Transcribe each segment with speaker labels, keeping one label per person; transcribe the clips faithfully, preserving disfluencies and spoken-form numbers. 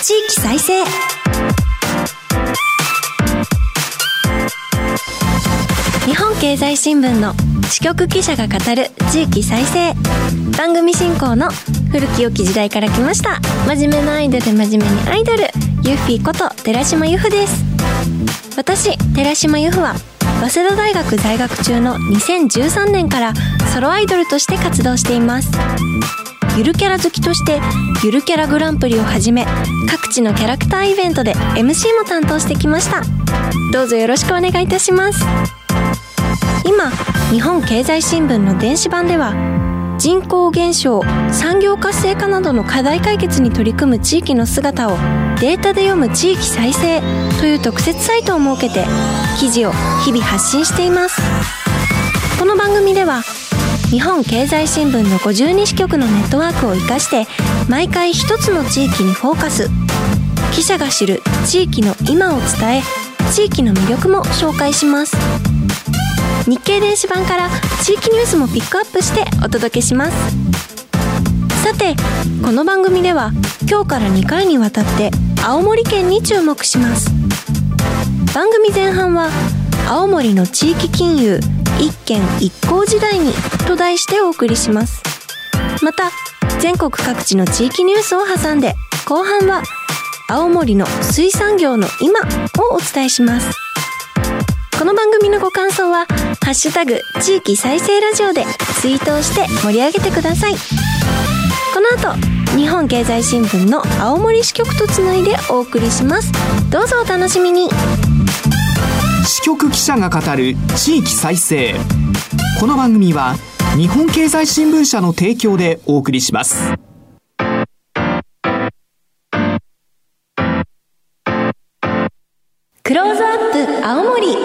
Speaker 1: 地域再生。日本経済新聞の支局記者が語る地域再生。番組進行の古き良き時代から来ました真面目なアイドル真面目にアイドルゆっふぃこと寺島由布です。私寺島由布は早稲田大学在学中のにせんじゅうさんねんからソロアイドルとして活動しています。ゆるキャラ好きとしてゆるキャラグランプリをはじめ各地のキャラクターイベントで エムシー も担当してきました。どうぞよろしくお願いいたします。今日本経済新聞の電子版では人口減少、産業活性化などの課題解決に取り組む地域の姿をデータで読む地域再生という特設サイトを設けて記事を日々発信しています。この番組では日本経済新聞のごじゅうに支局のネットワークを生かして毎回一つの地域にフォーカス。記者が知る地域の今を伝え、地域の魅力も紹介します。日経電子版から地域ニュースもピックアップしてお届けします。さてこの番組では今日からにかいにわたって青森県に注目します。番組前半は青森の地域金融一県一行時代にと題してお送りします。また全国各地の地域ニュースを挟んで後半は青森の水産業の今をお伝えします。この番組のご感想はハッシュタグ地域再生ラジオでツイートをして盛り上げてください。この後日本経済新聞の青森支局とつないでお送りします。どうぞお楽しみに。
Speaker 2: 支局記者が語る地域再生。この番組は日本経済新聞社の提供でお送りします。
Speaker 1: クローズアップ青森。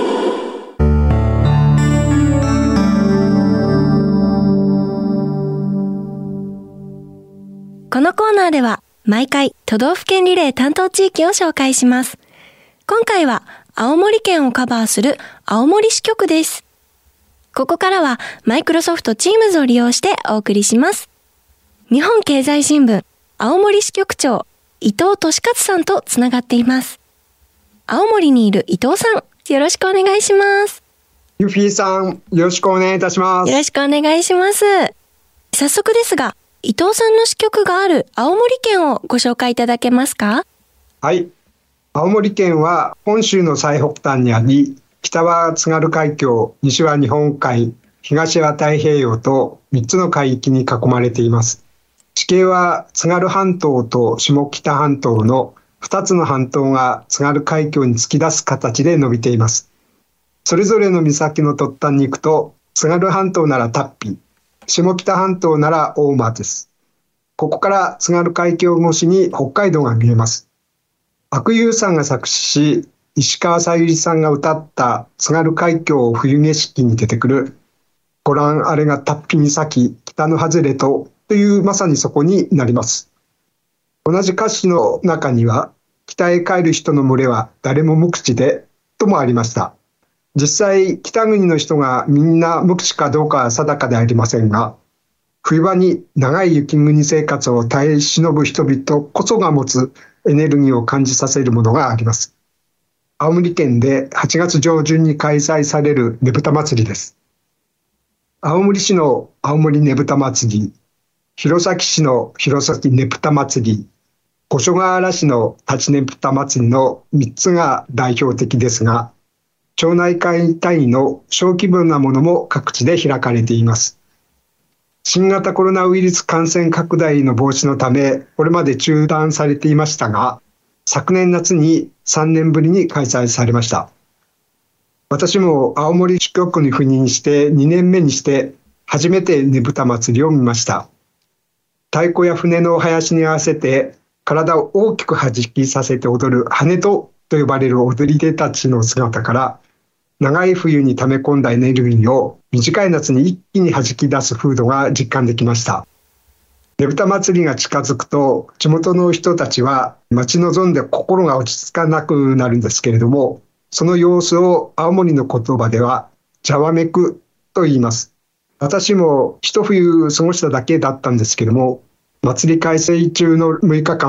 Speaker 1: このコーナーでは毎回都道府県リレー担当地域を紹介します。今回は青森県をカバーする青森支局です。ここからはマイクロソフト Teams を利用してお送りします。日本経済新聞青森支局長伊藤俊勝さんとつながっています。青森にいる伊藤さん、よろしくお願いします。
Speaker 3: ゆふぃさん、よろしくお願いいたします。
Speaker 1: よろしくお願いします。早速ですが伊藤さんの支局がある青森県をご紹介いただけますか？
Speaker 3: はい、青森県は本州の最北端にあり、北は津軽海峡、西は日本海、東は太平洋とみっつの海域に囲まれています。地形は津軽半島と下北半島のふたつの半島が津軽海峡に突き出す形で伸びています。それぞれの岬の突端に行くと、津軽半島なら龍飛、下北半島なら大間です。ここから津軽海峡越しに北海道が見えます。阿久悠さんが作詞し、石川さゆりさんが歌った津軽海峡冬景色に出てくる、ご覧あれが龍飛岬、北の外れとというまさにそこになります。同じ歌詞の中には、北へ帰る人の群れは誰も無口でともありました。実際北国の人がみんな無口かどうかは定かでありませんが、冬場に長い雪国生活を耐え忍ぶ人々こそが持つエネルギーを感じさせるものがあります。青森県ではちがつ上旬に開催されるねぶた祭りです。青森市の青森ねぶた祭り、弘前市の弘前ねぶた祭り、五所川原市の立ちねぶた祭りのみっつが代表的ですが、町内会単位の小規模なものも各地で開かれています。新型コロナウイルス感染拡大の防止のため、これまで中断されていましたが、昨年夏にさんねんぶりに開催されました。私も青森支局に赴任してにねんめにして初めてねぶた祭りを見ました。太鼓や船の囃子に合わせて体を大きく弾きさせて踊る跳人と呼ばれる踊り手たちの姿から、長い冬に溜め込んだエネルギーを短い夏に一気に弾き出す風土が実感できました。ねぶた祭りが近づくと、地元の人たちは待ち望んで心が落ち着かなくなるんですけれども、その様子を青森の言葉ではじゃわめくと言います。私も一冬過ごしただけだったんですけれども、祭り開催中のむいかかんは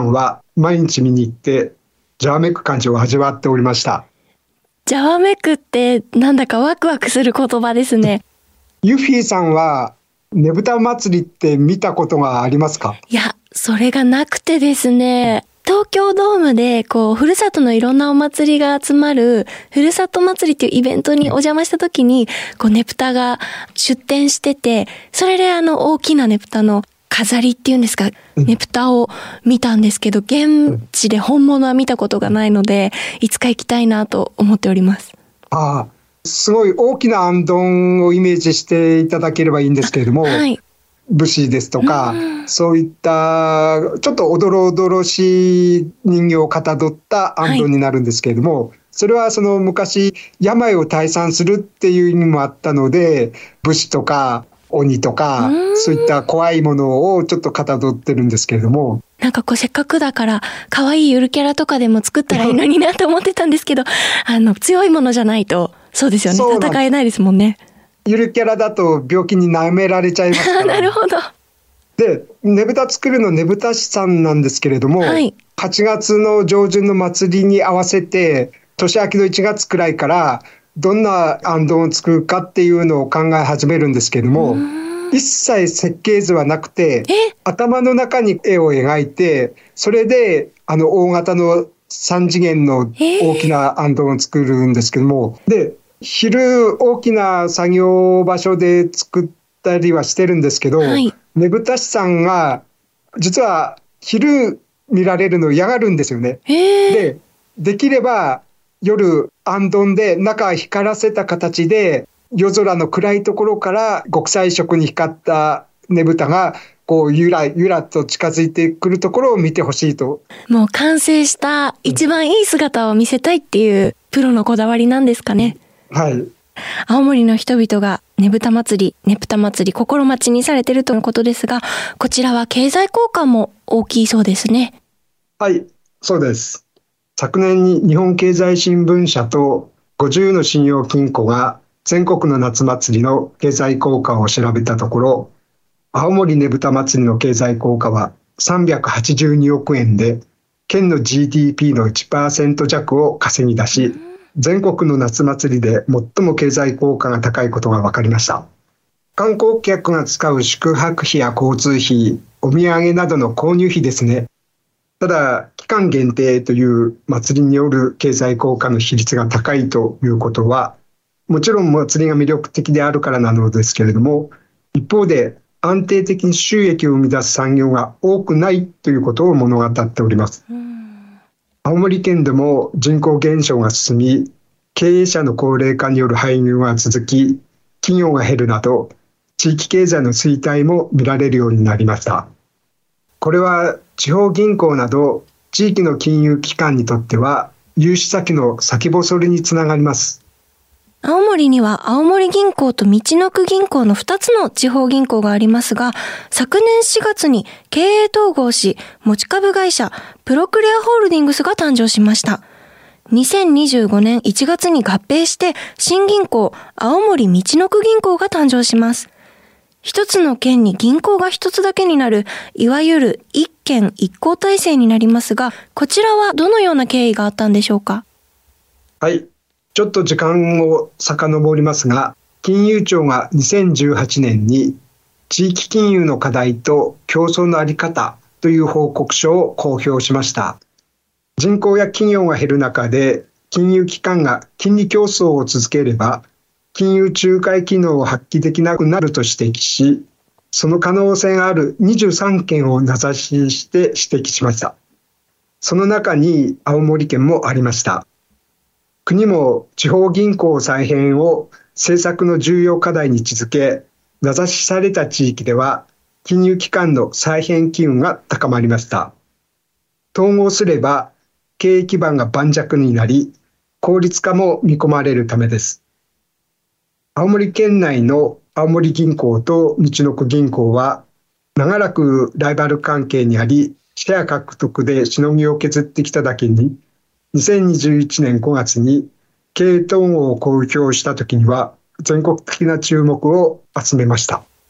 Speaker 3: 毎日見に行ってざわめく感じを味わっておりました。
Speaker 1: ざわめくってなんだかワクワクする言葉ですね。
Speaker 3: ユフィさんはねぶた祭りって見たことがありますか？
Speaker 1: いや、それがなくてですね、東京ドームでこうふるさとのいろんなお祭りが集まるふるさと祭りっていうイベントにお邪魔した時にこうねぷたが出展してて、それであの大きなねぷたの飾りっていうんですか、ねぷたを見たんですけど、現地で本物は見たことがないので、いつか行きたいなと思っております。
Speaker 3: ああ、すごい大きなあんどんをイメージしていただければいいんですけれども、はい、武士ですとか、うん、そういったちょっとおどろおどろしい人形をかたどったあんどんになるんですけれども、はい、それはその昔病を退散するっていう意味もあったので、武士とか鬼とか、うん、そういった怖いものをちょっとかたどってるんですけれども、
Speaker 1: なんかこうせっかくだから可愛いゆるキャラとかでも作ったらいいのになと思ってたんですけどあの強いものじゃないとそうですよね、戦えないですもんね。
Speaker 3: ゆるキャラだと病気に舐められちゃいますから
Speaker 1: なるほど。
Speaker 3: で、ねぶた作るのねぶた師さんなんですけれども、はい、はちがつの上旬の祭りに合わせて年明けのいちがつくらいからどんなあんどんを作るかっていうのを考え始めるんですけれども、一切設計図はなくて頭の中に絵を描いて、それであの大型のさん次元の大きなあんどんを作るんですけども、で昼大きな作業場所で作ったりはしてるんですけど、はい、ねぶた師さんが実は昼見られるのを嫌がるんですよね。で、できれば夜あんどんで中光らせた形で夜空の暗いところから極彩色に光ったねぶたがこうゆらゆらと近づいてくるところを見てほしいと。
Speaker 1: もう完成した一番いい姿を見せたいっていうプロのこだわりなんですかね。
Speaker 3: はい。
Speaker 1: 青森の人々がねぶた祭り、ねぷた祭り心待ちにされているということですが、こちらは経済効果も大きいそうですね。
Speaker 3: はい、そうです。昨年に日本経済新聞社とごじゅうの信用金庫が全国の夏祭りの経済効果を調べたところ、青森ねぶた祭りの経済効果はさんびゃくはちじゅうにおくえんで、県の ジーディーピー の いちパーセント 弱を稼ぎ出し、全国の夏祭りで最も経済効果が高いことが分かりました。観光客が使う宿泊費や交通費、お土産などの購入費ですね。ただ、期間限定という祭りによる経済効果の比率が高いということは、もちろん祭りが魅力的であるからなのですけれども、一方で安定的に収益を生み出す産業が多くないということを物語っております。青森県でも人口減少が進み、経営者の高齢化による廃業が続き、企業が減るなど、地域経済の衰退も見られるようになりました。これは地方銀行など地域の金融機関にとっては融資先の先細りにつながります。
Speaker 1: 青森には青森銀行とみちのく銀行のふたつの地方銀行がありますが、昨年しがつに経営統合し、持ち株会社プロクレアホールディングスが誕生しました。にせんにじゅうごねんいちがつに合併して新銀行青森みちのく銀行が誕生します。一つの県に銀行が一つだけになる、いわゆる一県一行体制になりますが、こちらはどのような経緯があったんでしょうか？
Speaker 3: はい。ちょっと時間を遡りますが、金融庁がにせんじゅうはちねんに地域金融の課題と競争のあり方という報告書を公表しました。人口や企業が減る中で、金融機関が金利競争を続ければ、金融仲介機能を発揮できなくなると指摘し、その可能性があるにじゅうさんけんを名指しして指摘しました。その中に青森県もありました。国も地方銀行再編を政策の重要課題に位置づけ、名指しされた地域では金融機関の再編機運が高まりました。統合すれば経営基盤が盤石になり、効率化も見込まれるためです。青森県内の青森銀行とみちのく銀行は長らくライバル関係にあり、シェア獲得でしのぎを削ってきただけに、にせんにじゅういちねんごがつに経営統合を公表したときには全国的な注目を集めました。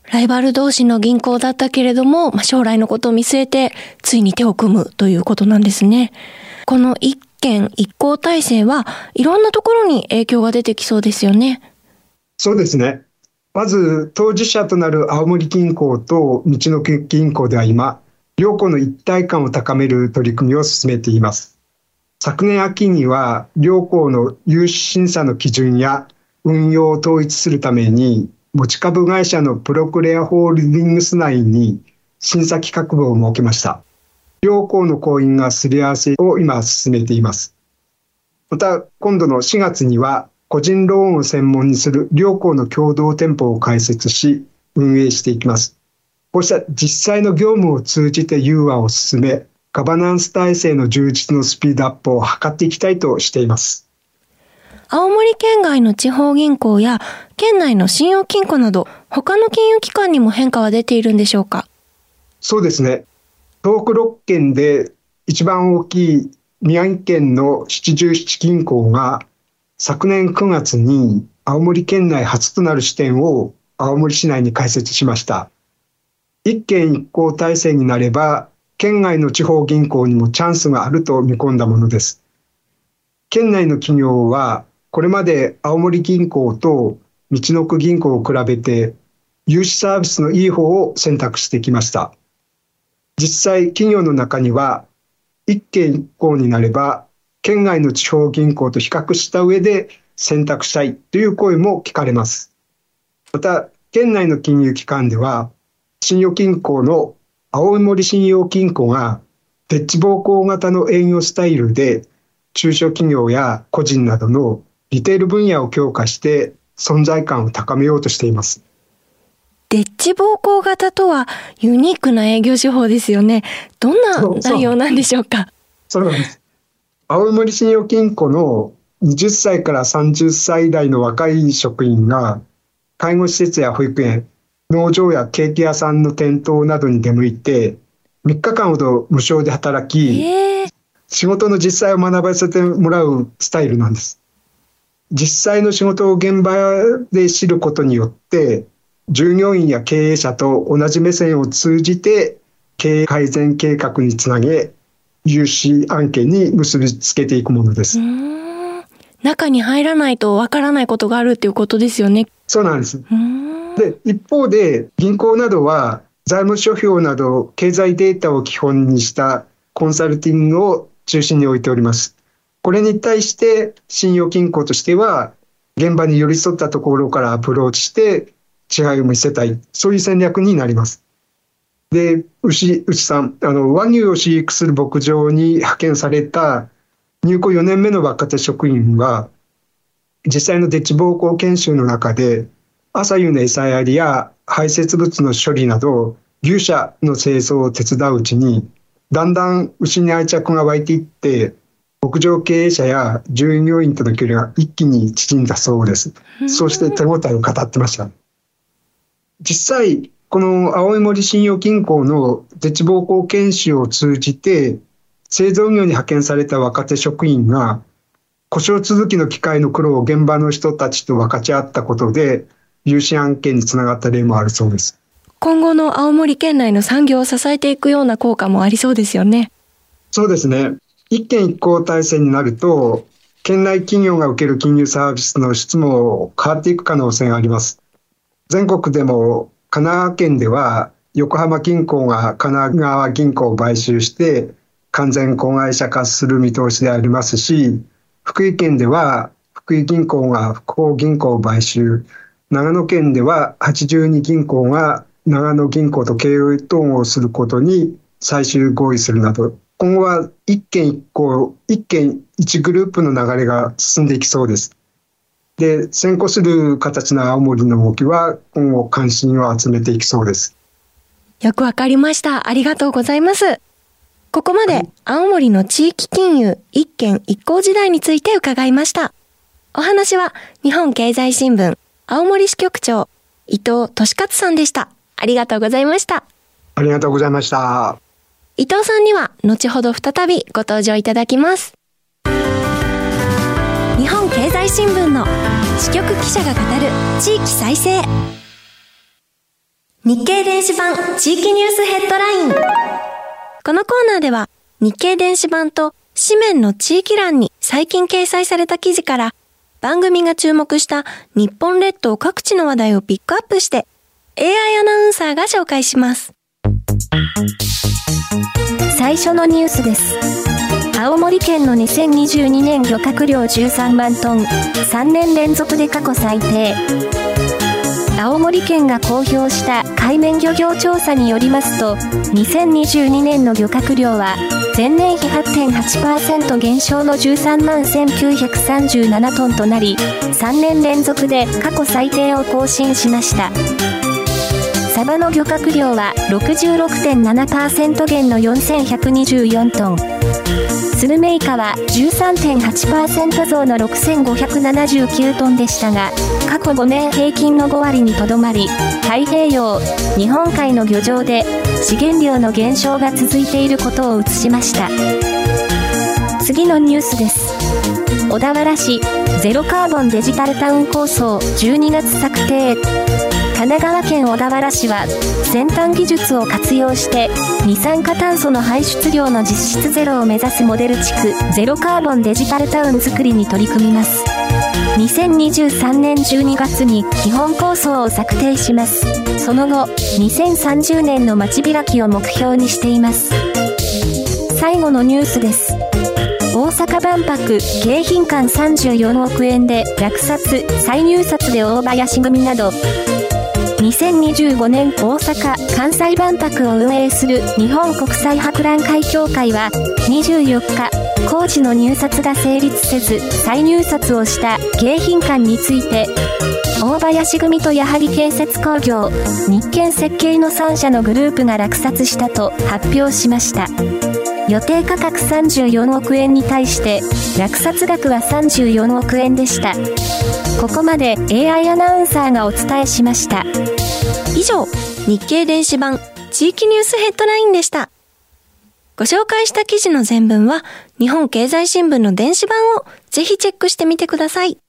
Speaker 1: ライバル同士の銀行だったけれども、まあ、将来のことを見据えてついに手を組むということなんですね。この一件一行体制はいろんなところに影響が出てきそうですよね。
Speaker 3: そうですね。まず当事者となる青森銀行とみちのく銀行では今、両行の一体感を高める取り組みを進めています。昨年秋には両行の融資審査の基準や運用を統一するために持ち株会社のプロクレアホールディングス内に審査企画部を設けました。両行の行員がすり合わせを今進めています。また今度のしがつには個人ローンを専門にする両行の共同店舗を開設し運営していきます。こうした実際の業務を通じて融和を進め、ガバナンス体制の充実のスピードアップを図っていきたいとしています。
Speaker 1: 青森県外の地方銀行や県内の信用金庫など他の金融機関にも変化は出ているんでしょうか？
Speaker 3: そうですね。東北ろっけんで一番大きい宮城県の七十七銀行が昨年くがつに青森県内初となる支店を青森市内に開設しました。一県一行体制になれば県外の地方銀行にもチャンスがあると見込んだものです。県内の企業はこれまで青森銀行とみちのく銀行を比べて融資サービスのいい方を選択してきました。実際企業の中には一県一行になれば県外の地方銀行と比較した上で選択したいという声も聞かれます。また県内の金融機関では信用金庫の青森信用金庫がデッチ暴行型の営業スタイルで中小企業や個人などのリテール分野を強化して存在感を高めようとしています。
Speaker 1: デッチ暴行型とはユニークな営業手法ですよね。どんな内容なんでしょうか？
Speaker 3: そうなんです。青森信用金庫のはたちからさんじゅっさい代の若い職員が介護施設や保育園、農場やケーキ屋さんの店頭などに出向いてみっかかんほど無償で働き、えー、仕事の実際を学ばせてもらうスタイルなんです。実際の仕事を現場で知ることによって従業員や経営者と同じ目線を通じて経営改善計画につなげ融資案件に結びつけていくものです。
Speaker 1: うーん、中に入らないとわからないことがあるっていうことですよね。
Speaker 3: そうなんです。うーん、で一方で銀行などは財務諸表など経済データを基本にしたコンサルティングを中心に置いております。これに対して信用金庫としては現場に寄り添ったところからアプローチして違いを見せたい、そういう戦略になります。で、牛、牛さん、あの和牛を飼育する牧場に派遣された入庫よねんめの若手職員は実際のデッチ暴行研修の中で朝夕の餌やりや排泄物の処理など牛舎の清掃を手伝ううちにだんだん牛に愛着が湧いていって牧場経営者や従業員との距離が一気に縮んだそうです。そうして手応えを語ってました。実際この青森信用金庫のデッチ暴行研修を通じて製造業に派遣された若手職員が故障続きの機械の苦労を現場の人たちと分かち合ったことで融資案件につながった例もあるそうです。
Speaker 1: 今後の青森県内の産業を支えていくような効果もありそうですよね。
Speaker 3: そうですね。一県一行体制になると県内企業が受ける金融サービスの質も変わっていく可能性があります。全国でも神奈川県では横浜銀行が神奈川銀行を買収して完全子会社化する見通しでありますし、福井県では福井銀行が福邦銀行を買収、長野県でははちじゅうに銀行が長野銀行と経営統合することに最終合意するなど、今後は一県一行、一県一グループの流れが進んでいきそうです。で、先行する形の青森の動きは今後関心を集めていきそうです。
Speaker 1: よくわかりました。ありがとうございます。ここまで青森の地域金融一県一行時代について伺いました。お話は日本経済新聞青森支局長伊藤俊勝さんでした。ありがとうございました。
Speaker 3: ありがとうございました。
Speaker 1: 伊藤さんには後ほど再びご登場いただきます。日本経済新聞の支局記者が語る地域再生。 日経電子版地域ニュースヘッドライン。このコーナーでは日経電子版と紙面の地域欄に最近掲載された記事から番組が注目した日本列島各地の話題をピックアップして エーアイ アナウンサーが紹介します。
Speaker 4: 最初のニュースです。青森県のにせんにじゅうにねん漁獲量じゅうさんまんトン、さんねん連続で過去最低。青森県が公表した海面漁業調査によりますと、にせんにじゅうにねんの漁獲量は前年比 はちてんはちパーセント 減少のじゅうさんまんせんきゅうひゃくさんじゅうななトンとなり、さんねん連続で過去最低を更新しました。サバの漁獲量は ろくじゅうろくてんななパーセント 減のよんせんひゃくにじゅうよんトン。スルメイカは じゅうさんてんはちパーセント 増のろくせんごひゃくななじゅうきゅうトンでしたが、過去ごねん平均のごわりにとどまり、太平洋、日本海の漁場で資源量の減少が続いていることを映しました。次のニュースです。小田原市ゼロカーボンデジタルタウン構想じゅうにがつ策定。神奈川県小田原市は先端技術を活用して二酸化炭素の排出量の実質ゼロを目指すモデル地区ゼロカーボンデジタルタウンづくりに取り組みます。にせんにじゅうさんねんじゅうにがつに基本構想を策定します。その後にせんさんじゅうねんの街開きを目標にしています。最後のニュースです。大阪万博景品館さんじゅうよんおくえんで落札、再入札で大林組など、にせんにじゅうごねん大阪・関西万博を運営する日本国際博覧会協会はにじゅうよっか、工事の入札が成立せず再入札をした景品館について、大林組と矢作建設工業、日建設計のさんしゃのグループが落札したと発表しました。予定価格さんじゅうよんおくえんに対して落札額はさんじゅうよんおくえんでした。ここまで エーアイ アナウンサーがお伝えしました。
Speaker 1: 以上、日経電子版地域ニュースヘッドラインでした。ご紹介した記事の全文は日本経済新聞の電子版をぜひチェックしてみてください。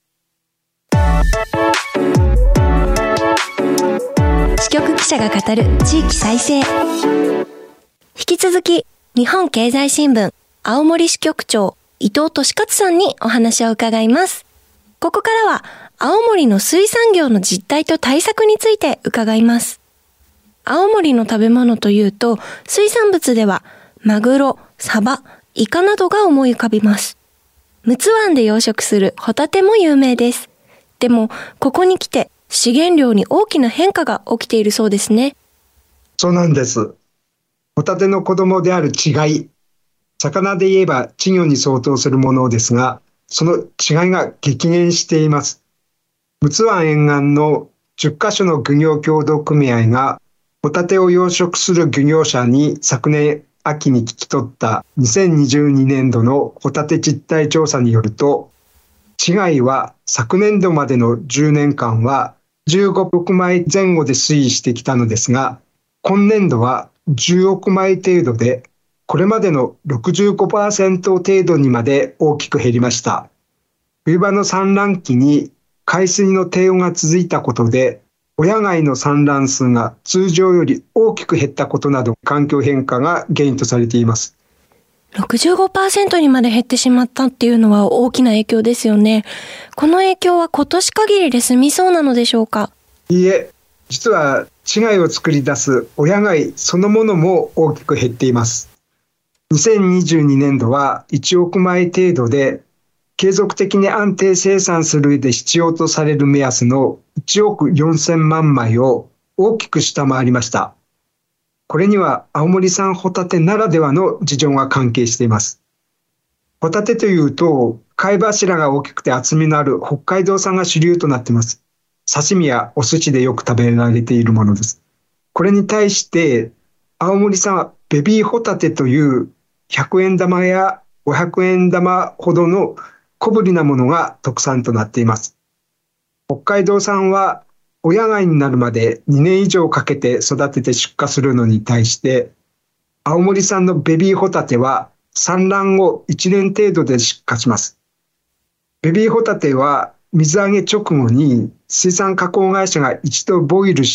Speaker 1: 支局記者が語る地域再生。引き続き日本経済新聞青森支局長伊藤俊勝さんにお話を伺います。ここからは青森の水産業の実態と対策について伺います。青森の食べ物というと水産物ではマグロ、サバ、イカなどが思い浮かびます。陸奥湾で養殖するホタテも有名です。でもここに来て資源量に大きな変化が起きているそうですね。
Speaker 3: そうなんです。ホタテの子供である稚貝、魚で言えば稚魚に相当するものですが、その違いが激減しています。陸奥湾沿岸のじゅっかしょの漁業協同組合がホタテを養殖する漁業者に昨年秋に聞き取ったにせんにじゅうにねんどのホタテ実態調査によると、稚貝は昨年度までのじゅうねんかんはじゅうごおくまいぜん後で推移してきたのですが、今年度はじゅうおくまい程度で、これまでの ろくじゅうごパーセント 程度にまで大きく減りました。冬場の産卵期に海水の低温が続いたことで、親貝の産卵数が通常より大きく減ったことなど、環境変化が原因とされています。
Speaker 1: ろくじゅうごパーセント にまで減ってしまったっていうのは大きな影響ですよね。この影響は今年限りで済みそうなのでしょうか？
Speaker 3: いいえ、実は稚貝を作り出す親貝そのものも大きく減っています。にせんにじゅうにねんどはいちおくまい程度で、継続的に安定生産する上で必要とされる目安のいちおくよんせんまんまいを大きく下回りました。これには青森産ホタテならではの事情が関係しています。ホタテというと貝柱が大きくて厚みのある北海道産が主流となっています。刺身やお寿司でよく食べられているものです。これに対して青森産はベビーホタテというひゃくえんだまやごひゃくえんだまほどの小ぶりなものが特産となっています。北海道産は親貝になるまでにねんいじょうかけて育てて出荷するのに対して、青森産のベビーホタテは産卵後いちねん程度で出荷します。ベビーホタテは水揚げ直後に水産加工会社が一度ボイルし、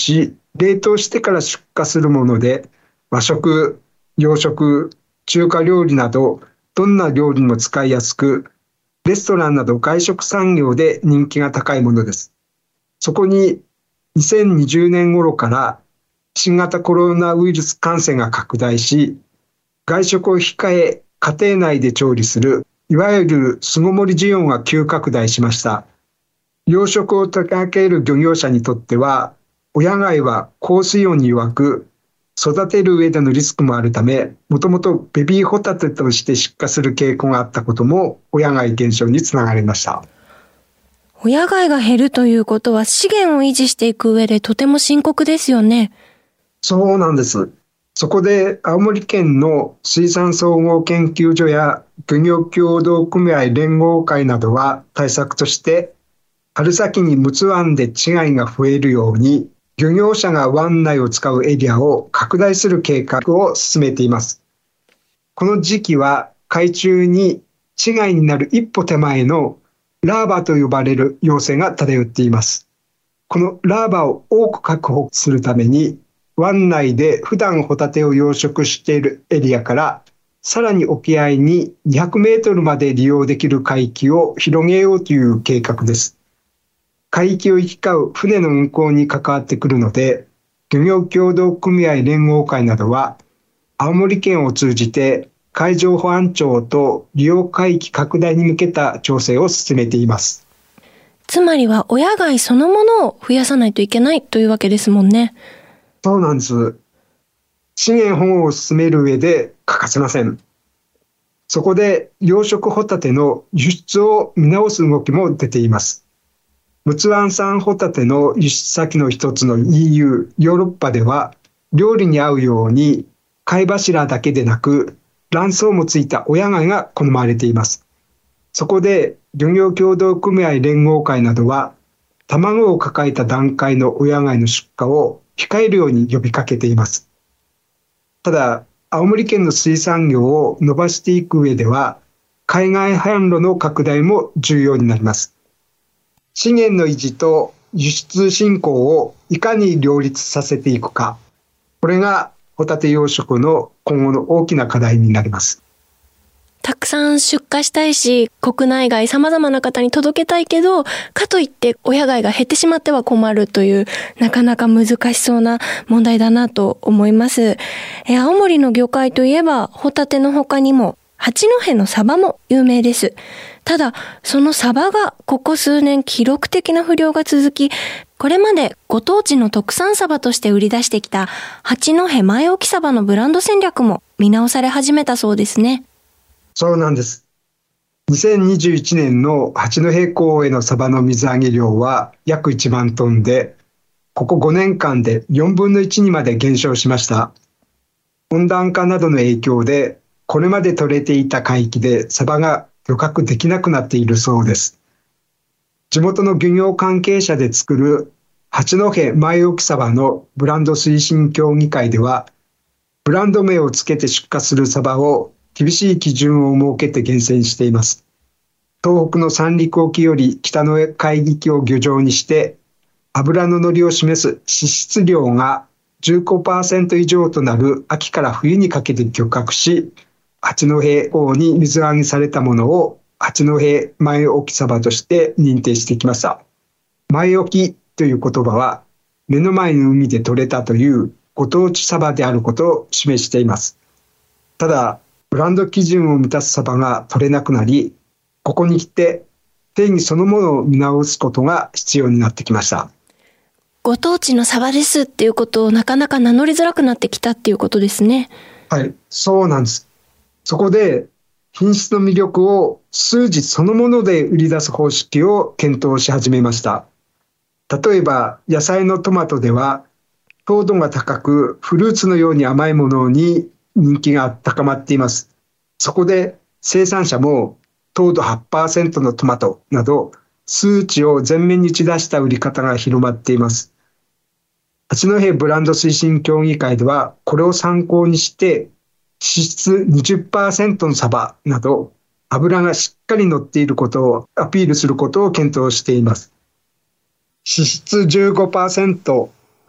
Speaker 3: 冷凍してから出荷するもので、和食、洋食、中華料理などどんな料理にも使いやすく、レストランなど外食産業で人気が高いものです。そこににせんにじゅうねん頃から新型コロナウイルス感染が拡大し、外食を控え家庭内で調理するいわゆる巣ごもり需要が急拡大しました。養殖を手掛ける漁業者にとっては、親貝は高水温に弱く、育てる上でのリスクもあるため、もともとベビーホタテとして出荷する傾向があったことも親貝減少につながりました。
Speaker 1: 親貝が減るということは資源を維持していく上でとても深刻ですよね。
Speaker 3: そうなんです。そこで青森県の水産総合研究所や漁業協同組合連合会などは対策として、春先に陸奥湾で稚貝が増えるように、漁業者が湾内を使うエリアを拡大する計画を進めています。この時期は海中に稚貝になる一歩手前のラーバと呼ばれる幼生が漂っています。このラーバを多く確保するために、湾内で普段ホタテを養殖しているエリアからさらに沖合ににひゃくメートルまで利用できる海域を広げようという計画です。海域を行き交う船の運航に関わってくるので、漁業協同組合連合会などは青森県を通じて海上保安庁と利用海域拡大に向けた調整を進めています。
Speaker 1: つまりは親貝そのものを増やさないといけないというわけですもんね。
Speaker 3: そうなんです。資源保護を進める上で欠かせません。そこで養殖ホタテの輸出を見直す動きも出ています。陸奥湾産ホタテの輸出先の一つの イーユー、ヨーロッパでは料理に合うように貝柱だけでなく卵巣もついた親貝が好まれています。そこで漁業協同組合連合会などは卵を抱えた段階の親貝の出荷を控えるように呼びかけています。ただ、青森県の水産業を伸ばしていく上では、海外販路の拡大も重要になります。資源の維持と輸出振興をいかに両立させていくか、これがホタテ養殖の今後の大きな課題になります。
Speaker 1: たくさん出荷したいし、国内外様々な方に届けたいけど、かといって親貝が減ってしまっては困るという、なかなか難しそうな問題だなと思います。え、青森の魚介といえば、ホタテの他にも、八戸のサバも有名です。ただ、そのサバがここ数年記録的な不漁が続き、これまでご当地の特産サバとして売り出してきた八戸前沖サバのブランド戦略も見直され始めたそうですね。
Speaker 3: そうなんです。にせんにじゅういちねんの八戸港へのサバの水揚げ量は約いちまんトンで、ここごねんかんでよんぶんのいちにまで減少しました。温暖化などの影響で、これまで取れていた海域でサバが漁獲できなくなっているそうです。地元の漁業関係者で作る八戸前沖サバのブランド推進協議会では、ブランド名をつけて出荷するサバを厳しい基準を設けて厳選しています。東北の三陸沖より北の海域を漁場にして、脂の乗りを示す脂質量が じゅうごパーセント 以上となる秋から冬にかけて漁獲し、八戸港に水揚げされたものを八戸前沖サバとして認定してきました。前沖という言葉は目の前の海で取れたというご当地サバであることを示しています。ただ、ブランド基準を満たすサバが取れなくなり、ここに来て定義そのものを見直すことが必要になってきました。
Speaker 1: ご当地のサバですっていうことをなかなか名乗りづらくなってきたっていうことですね。
Speaker 3: はい、そうなんです。そこで品質の魅力を数字そのもので売り出す方式を検討し始めました。例えば野菜のトマトでは糖度が高くフルーツのように甘いものに人気が高まっています。そこで生産者も糖度 はちパーセント のトマトなど数値を前面に打ち出した売り方が広まっています。八戸ブランド推進協議会ではこれを参考にして脂質 にじゅっパーセント のサバなど脂がしっかり乗っていることをアピールすることを検討しています。脂質 じゅうごパーセント、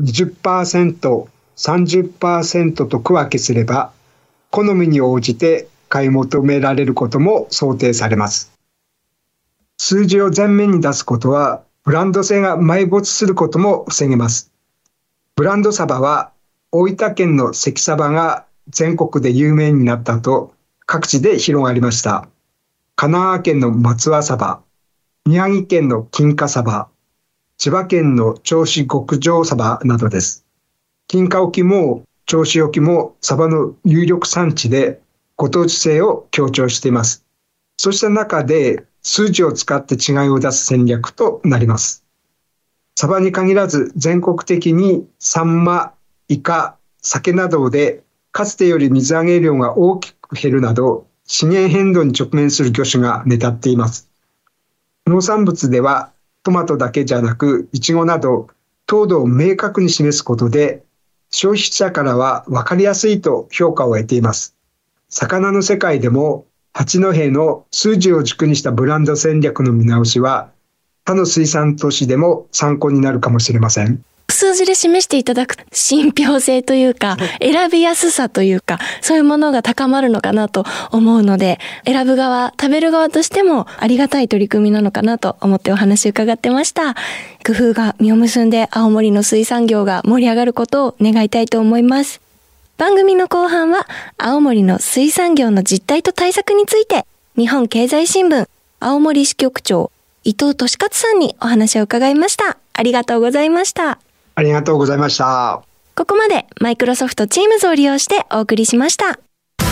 Speaker 3: にじゅっパーセント、さんじゅっパーセント と区分けすれば、好みに応じて買い求められることも想定されます。数字を前面に出すことは、ブランド性が埋没することも防げます。ブランドサバは、大分県の関サバが全国で有名になったと各地で広がりました。神奈川県の松葉サバ、宮城県の金華サバ、千葉県の銚子極上サバなどです。金華沖も銚子沖もサバの有力産地でご当地性を強調しています。そうした中で数字を使って違いを出す戦略となります。サバに限らず全国的にサンマ、イカ、酒などでかつてより水揚げ量が大きく減るなど資源変動に直面する魚種が目立っています。農産物ではトマトだけじゃなくイチゴなど糖度を明確に示すことで消費者からは分かりやすいと評価を得ています。魚の世界でも八戸の数字を軸にしたブランド戦略の見直しは他の水産都市でも参考になるかもしれません。
Speaker 1: 数字で示していただく信憑性というか選びやすさというかそういうものが高まるのかなと思うので選ぶ側食べる側としてもありがたい取り組みなのかなと思ってお話を伺ってました。工夫が実を結んで青森の水産業が盛り上がることを願いたいと思います。番組の後半は青森の水産業の実態と対策について日本経済新聞青森支局長伊藤俊勝さんにお話を伺いました。ありがとうございました。
Speaker 3: ありがとうございました。
Speaker 1: ここまでマイクロソフト Teams を利用してお送りしました。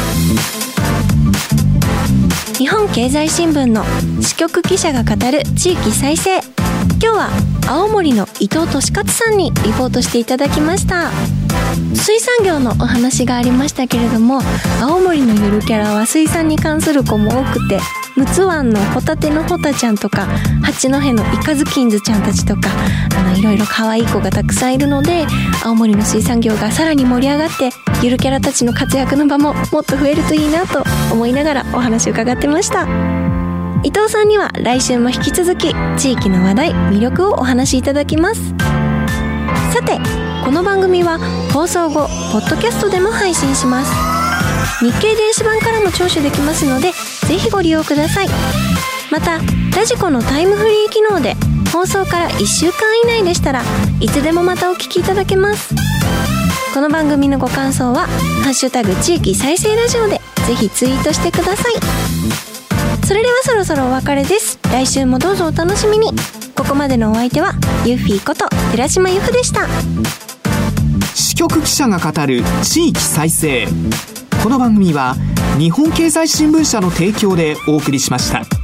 Speaker 1: 日本経済新聞の支局記者が語る地域再生。今日は青森の伊藤俊勝さんにリポートしていただきました。水産業のお話がありましたけれども青森のゆるキャラは水産に関する子も多くて陸奥湾のホタテのホタちゃんとか八戸のイカズキンズちゃんたちとかあのいろいろ可愛い子がたくさんいるので青森の水産業がさらに盛り上がってゆるキャラたちの活躍の場ももっと増えるといいなと思いながらお話を伺ってました。伊藤さんには来週も引き続き地域の話題魅力をお話しいただきます。さてこの番組は放送後ポッドキャストでも配信します。日経電子版からも聴取できますのでぜひご利用ください。またラジコのタイムフリー機能で放送からいっしゅうかん以内でしたらいつでもまたお聞きいただけます。この番組のご感想はハッシュタグ地域再生ラジオでぜひツイートしてください。それではそろそろお別れです。来週もどうぞお楽しみに。ここまでのお相手はユッフィーこと寺島由布でした。
Speaker 2: 支局記者が語る地域再生。この番組は日本経済新聞社の提供でお送りしました。